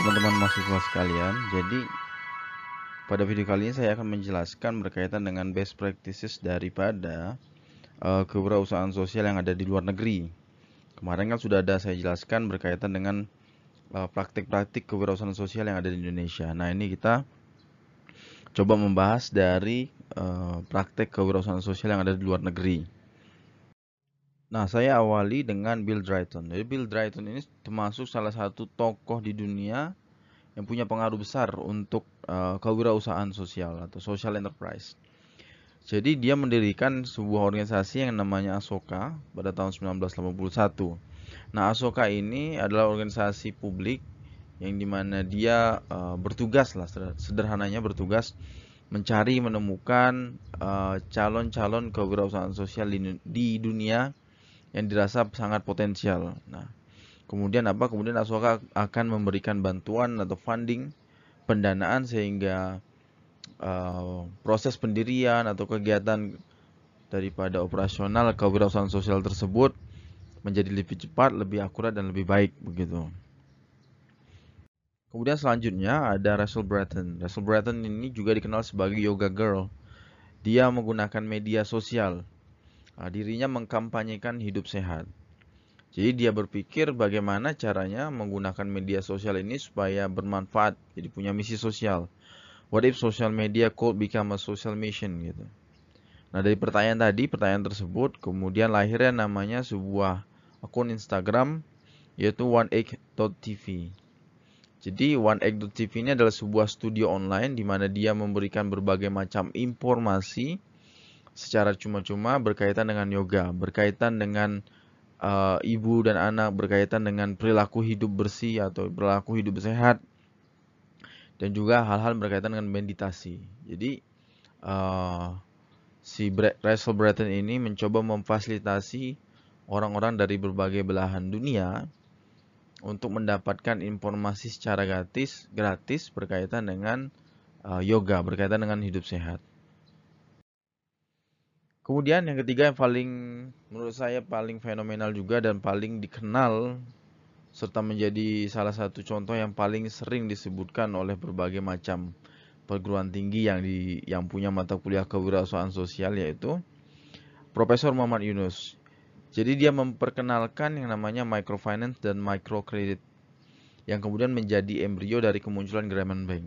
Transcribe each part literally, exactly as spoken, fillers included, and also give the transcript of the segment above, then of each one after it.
teman-teman mahasiswa sekalian, jadi pada video kali ini saya akan menjelaskan berkaitan dengan best practices daripada uh, kewirausahaan sosial yang ada di luar negeri. Kemarin kan sudah ada saya jelaskan berkaitan dengan uh, praktik-praktik kewirausahaan sosial yang ada di Indonesia. Nah, ini kita coba membahas dari uh, praktik kewirausahaan sosial yang ada di luar negeri. Nah, saya awali dengan Bill Drayton. Jadi Bill Drayton ini termasuk salah satu tokoh di dunia yang punya pengaruh besar untuk uh, kewirausahaan sosial atau social enterprise. Jadi dia mendirikan sebuah organisasi yang namanya Asoka pada tahun sembilan belas delapan puluh satu. Nah, Asoka ini adalah organisasi publik yang dimana dia uh, bertugas lah, sederhananya bertugas mencari menemukan calon-calon uh, kewirausahaan sosial di, di dunia yang dirasa sangat potensial. Nah, kemudian apa? Kemudian Asoka akan memberikan bantuan atau funding, pendanaan sehingga uh, proses pendirian atau kegiatan daripada operasional kewirausahaan sosial tersebut menjadi lebih cepat, lebih akurat dan lebih baik begitu. Kemudian selanjutnya ada Rachel Breton. Rachel Breton ini juga dikenal sebagai yoga girl. Dia menggunakan media sosial. Nah, dirinya mengkampanyekan hidup sehat. Jadi dia berpikir bagaimana caranya menggunakan media sosial ini supaya bermanfaat, jadi punya misi sosial. What if social media could become a social mission gitu. Nah, dari pertanyaan tadi, pertanyaan tersebut kemudian lahirnya namanya sebuah akun Instagram yaitu one egg dot t v. Jadi one egg dot t v ini adalah sebuah studio online di mana dia memberikan berbagai macam informasi secara cuma-cuma berkaitan dengan yoga, berkaitan dengan Uh, ibu dan anak, berkaitan dengan perilaku hidup bersih atau perilaku hidup sehat, dan juga hal-hal berkaitan dengan meditasi. Jadi uh, si Rachel Breton ini mencoba memfasilitasi orang-orang dari berbagai belahan dunia untuk mendapatkan informasi secara gratis, gratis berkaitan dengan uh, yoga, berkaitan dengan hidup sehat. Kemudian yang ketiga yang paling menurut saya paling fenomenal juga dan paling dikenal serta menjadi salah satu contoh yang paling sering disebutkan oleh berbagai macam perguruan tinggi yang di yang punya mata kuliah kewirausahaan sosial yaitu Profesor Muhammad Yunus. Jadi dia memperkenalkan yang namanya microfinance dan microcredit yang kemudian menjadi embrio dari kemunculan Grameen Bank.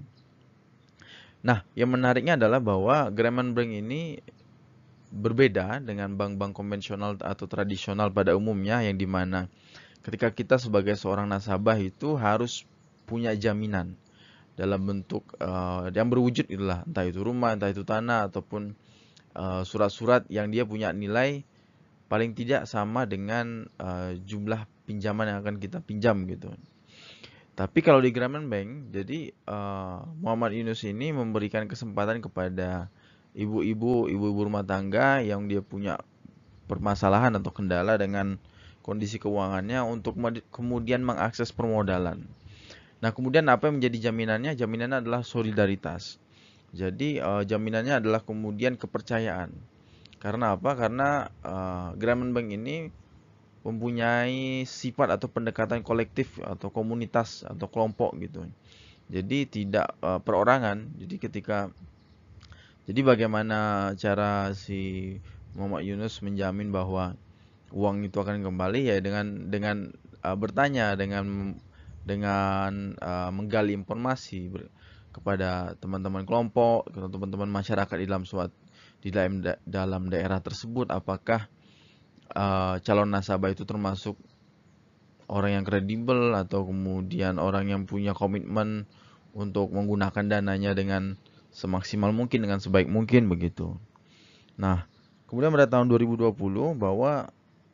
Nah, yang menariknya adalah bahwa Grameen Bank ini berbeda dengan bank-bank konvensional atau tradisional pada umumnya yang dimana ketika kita sebagai seorang nasabah itu harus punya jaminan dalam bentuk uh, yang berwujud itulah, entah itu rumah, entah itu tanah ataupun surat-surat uh, yang dia punya nilai paling tidak sama dengan uh, jumlah pinjaman yang akan kita pinjam gitu. Tapi kalau di Grameen Bank, jadi uh, Muhammad Yunus ini memberikan kesempatan kepada ibu-ibu, ibu-ibu rumah tangga yang dia punya permasalahan atau kendala dengan kondisi keuangannya untuk kemudian mengakses permodalan. Nah, kemudian apa yang menjadi jaminannya? Jaminannya adalah solidaritas. Jadi uh, jaminannya adalah kemudian kepercayaan. Karena apa? Karena uh, Grameen Bank ini mempunyai sifat atau pendekatan kolektif atau komunitas atau kelompok gitu. Jadi tidak uh, perorangan. Jadi ketika jadi bagaimana cara si Muhammad Yunus menjamin bahwa uang itu akan kembali ya dengan dengan uh, bertanya dengan dengan uh, menggali informasi ber, kepada teman-teman kelompok, atau teman-teman masyarakat di dalam suatu di dalam da, dalam daerah tersebut apakah uh, calon nasabah itu termasuk orang yang kredibel atau kemudian orang yang punya komitmen untuk menggunakan dananya dengan semaksimal mungkin dengan sebaik mungkin begitu. Nah, kemudian pada tahun dua ribu dua puluh bahwa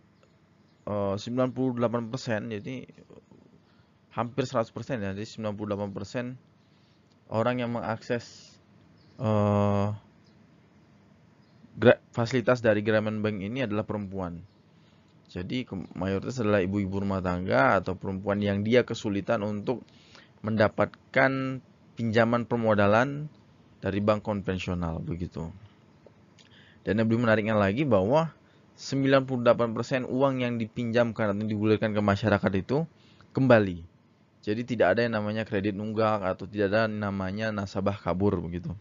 uh, sembilan puluh delapan persen jadi hampir seratus persen ya, jadi sembilan puluh delapan persen orang yang mengakses uh, fasilitas dari Grameen Bank ini adalah perempuan. Jadi mayoritas adalah ibu-ibu rumah tangga atau perempuan yang dia kesulitan untuk mendapatkan pinjaman permodalan dari bank konvensional begitu. Dan yang lebih menariknya lagi bahwa sembilan puluh delapan persen uang yang dipinjamkan atau digulirkan ke masyarakat itu kembali. Jadi tidak ada yang namanya kredit nunggak atau tidak ada yang namanya nasabah kabur begitu.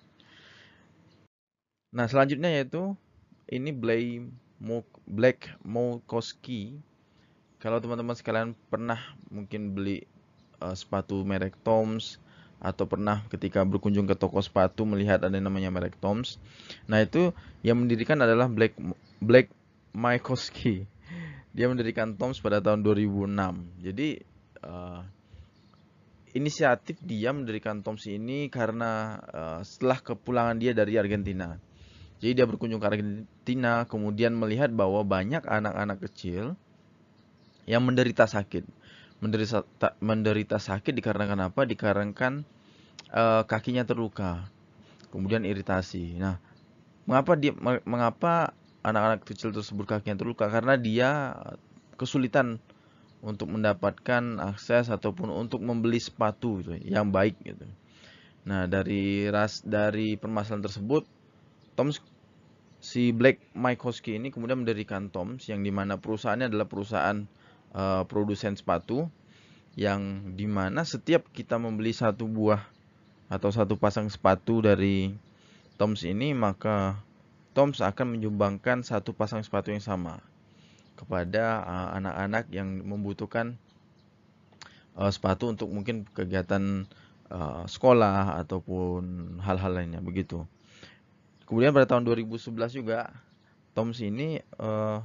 Nah, selanjutnya yaitu ini Blake Mo Black Mokowski. Kalau teman-teman sekalian pernah mungkin beli uh, sepatu merek Toms atau pernah ketika berkunjung ke toko sepatu melihat ada yang namanya merek Toms. Nah, itu yang mendirikan adalah Black Black Mykowski. Dia mendirikan Toms pada tahun dua ribu enam. Jadi uh, inisiatif dia mendirikan Toms ini karena uh, setelah kepulangan dia dari Argentina. Jadi dia berkunjung ke Argentina, kemudian melihat bahwa banyak anak-anak kecil yang menderita sakit. Menderita, menderita sakit dikarenakan apa? Dikarenakan uh, kakinya terluka, kemudian iritasi. Nah, mengapa dia mengapa anak-anak kecil tersebut kakinya terluka? Karena dia kesulitan untuk mendapatkan akses ataupun untuk membeli sepatu gitu, yang baik gitu. Nah, dari ras dari permasalahan tersebut, Toms si Black Mykowski ini kemudian mendirikan Toms, yang dimana perusahaannya adalah perusahaan uh, produsen sepatu, yang dimana setiap kita membeli satu buah atau satu pasang sepatu dari Toms ini, maka Toms akan menyumbangkan satu pasang sepatu yang sama kepada anak-anak uh, yang membutuhkan uh, sepatu untuk mungkin kegiatan uh, sekolah ataupun hal-hal lainnya begitu. Kemudian pada tahun dua ribu sebelas juga Toms ini uh,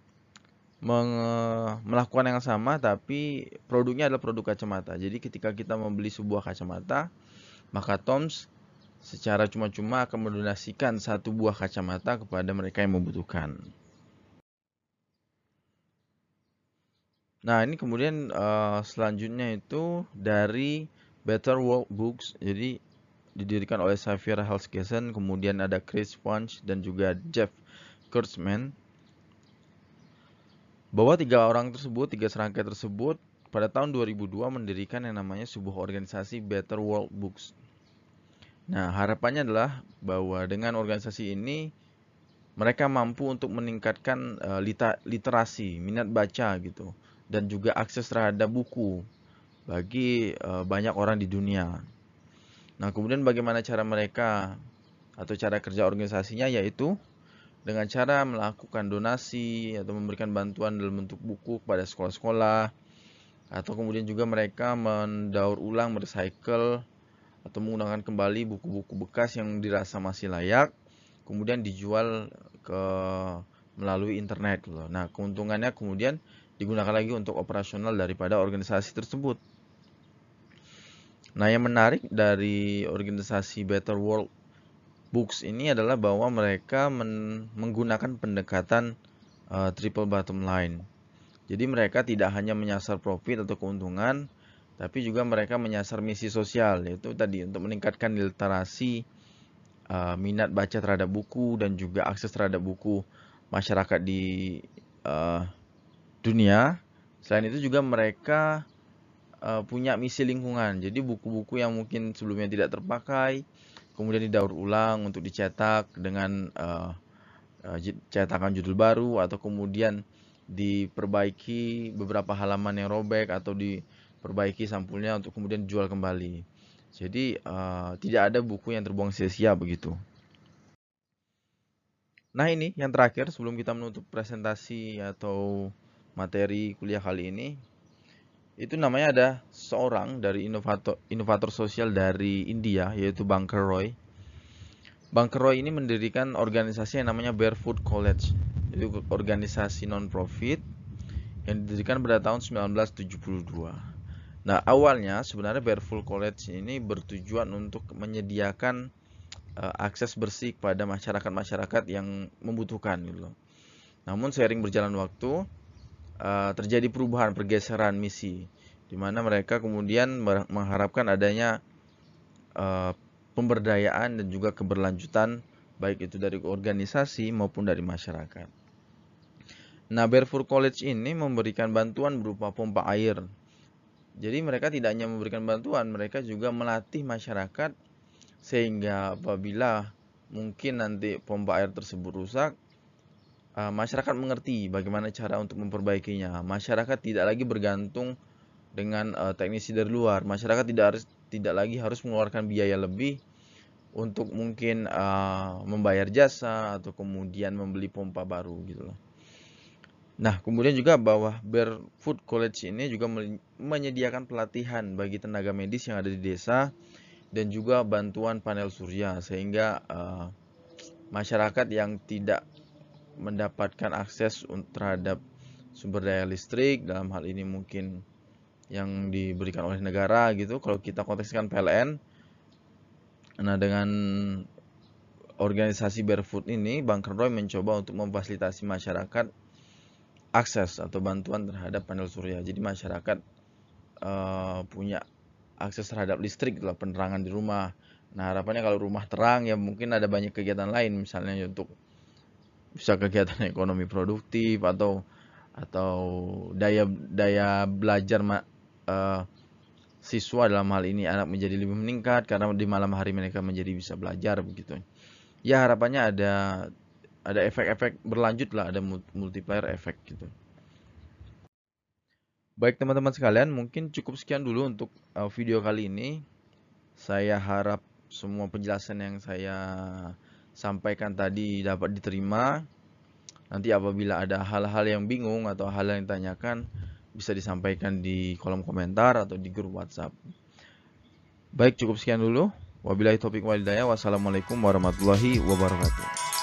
melakukan yang sama, tapi produknya adalah produk kacamata. Jadi ketika kita membeli sebuah kacamata, maka Toms secara cuma-cuma akan mendonasikan satu buah kacamata kepada mereka yang membutuhkan. Nah, ini kemudian uh, selanjutnya itu dari Better World Books. Jadi didirikan oleh Xavier Halsgessen, kemudian ada Chris Punch dan juga Jeff Kurtzman. Bahwa tiga orang tersebut, tiga serangkai tersebut pada tahun dua ribu dua mendirikan yang namanya sebuah organisasi Better World Books. Nah, harapannya adalah bahwa dengan organisasi ini mereka mampu untuk meningkatkan uh, literasi, minat baca gitu, dan juga akses terhadap buku bagi uh, banyak orang di dunia. Nah, kemudian bagaimana cara mereka atau cara kerja organisasinya, yaitu dengan cara melakukan donasi atau memberikan bantuan dalam bentuk buku kepada sekolah-sekolah, atau kemudian juga mereka mendaur ulang, merecycle atau menggunakan kembali buku-buku bekas yang dirasa masih layak, kemudian dijual ke melalui internet. Nah, keuntungannya kemudian digunakan lagi untuk operasional daripada organisasi tersebut. Nah, yang menarik dari organisasi Better World Books ini adalah bahwa mereka men menggunakan pendekatan uh, triple bottom line. Jadi mereka tidak hanya menyasar profit atau keuntungan, tapi juga mereka menyasar misi sosial, yaitu tadi untuk meningkatkan literasi, uh, minat baca terhadap buku, dan juga akses terhadap buku masyarakat di uh, dunia. Selain itu juga mereka uh, punya misi lingkungan. Jadi buku-buku yang mungkin sebelumnya tidak terpakai, kemudian didaur ulang untuk dicetak dengan uh, uh, cetakan judul baru, atau kemudian diperbaiki beberapa halaman yang robek atau diperbaiki sampulnya untuk kemudian dijual kembali. Jadi uh, tidak ada buku yang terbuang sia-sia begitu. Nah, ini yang terakhir sebelum kita menutup presentasi atau materi kuliah kali ini. Itu namanya ada seorang dari inovator inovator sosial dari India, yaitu Banker Roy. Banker Roy ini mendirikan organisasi yang namanya Barefoot College. Jadi organisasi non-profit yang didirikan pada tahun sembilan belas tujuh puluh dua. Nah, awalnya sebenarnya Barefoot College ini bertujuan untuk menyediakan uh, akses bersih kepada masyarakat-masyarakat yang membutuhkan gitu loh. Namun seiring berjalan waktu uh, terjadi perubahan, pergeseran misi, di mana mereka kemudian mengharapkan adanya uh, pemberdayaan dan juga keberlanjutan, baik itu dari organisasi maupun dari masyarakat. Nah, Barefoot College ini memberikan bantuan berupa pompa air. Jadi mereka tidak hanya memberikan bantuan, mereka juga melatih masyarakat sehingga apabila mungkin nanti pompa air tersebut rusak, masyarakat mengerti bagaimana cara untuk memperbaikinya. Masyarakat tidak lagi bergantung dengan uh, teknisi dari luar. Masyarakat tidak harus tidak lagi harus mengeluarkan biaya lebih untuk mungkin uh, membayar jasa atau kemudian membeli pompa baru gitu loh. Nah, kemudian juga bahwa Barefoot College ini juga menyediakan pelatihan bagi tenaga medis yang ada di desa dan juga bantuan panel surya, sehingga uh, masyarakat yang tidak mendapatkan akses terhadap sumber daya listrik, dalam hal ini mungkin yang diberikan oleh negara gitu, kalau kita kontekskan P L N. Nah, dengan organisasi Barefoot ini, Bang Roy mencoba untuk memfasilitasi masyarakat akses atau bantuan terhadap panel surya. Jadi masyarakat uh, punya akses terhadap listrik, lah, penerangan di rumah. Nah, harapannya kalau rumah terang ya mungkin ada banyak kegiatan lain, misalnya untuk bisa kegiatan ekonomi produktif atau atau daya daya belajar uh, siswa, dalam hal ini anak, menjadi lebih meningkat karena di malam hari mereka menjadi bisa belajar begitu. Ya, harapannya ada ada efek-efek berlanjut lah, ada multiplier efek gitu. Baik teman-teman sekalian, mungkin cukup sekian dulu untuk uh, video kali ini. Saya harap semua penjelasan yang saya sampaikan tadi dapat diterima. Nanti apabila ada hal-hal yang bingung atau hal yang ditanyakan, bisa disampaikan di kolom komentar atau di grup WhatsApp. Baik, cukup sekian dulu. Wabillahi taufiq wal hidayah. Wassalamualaikum warahmatullahi wabarakatuh.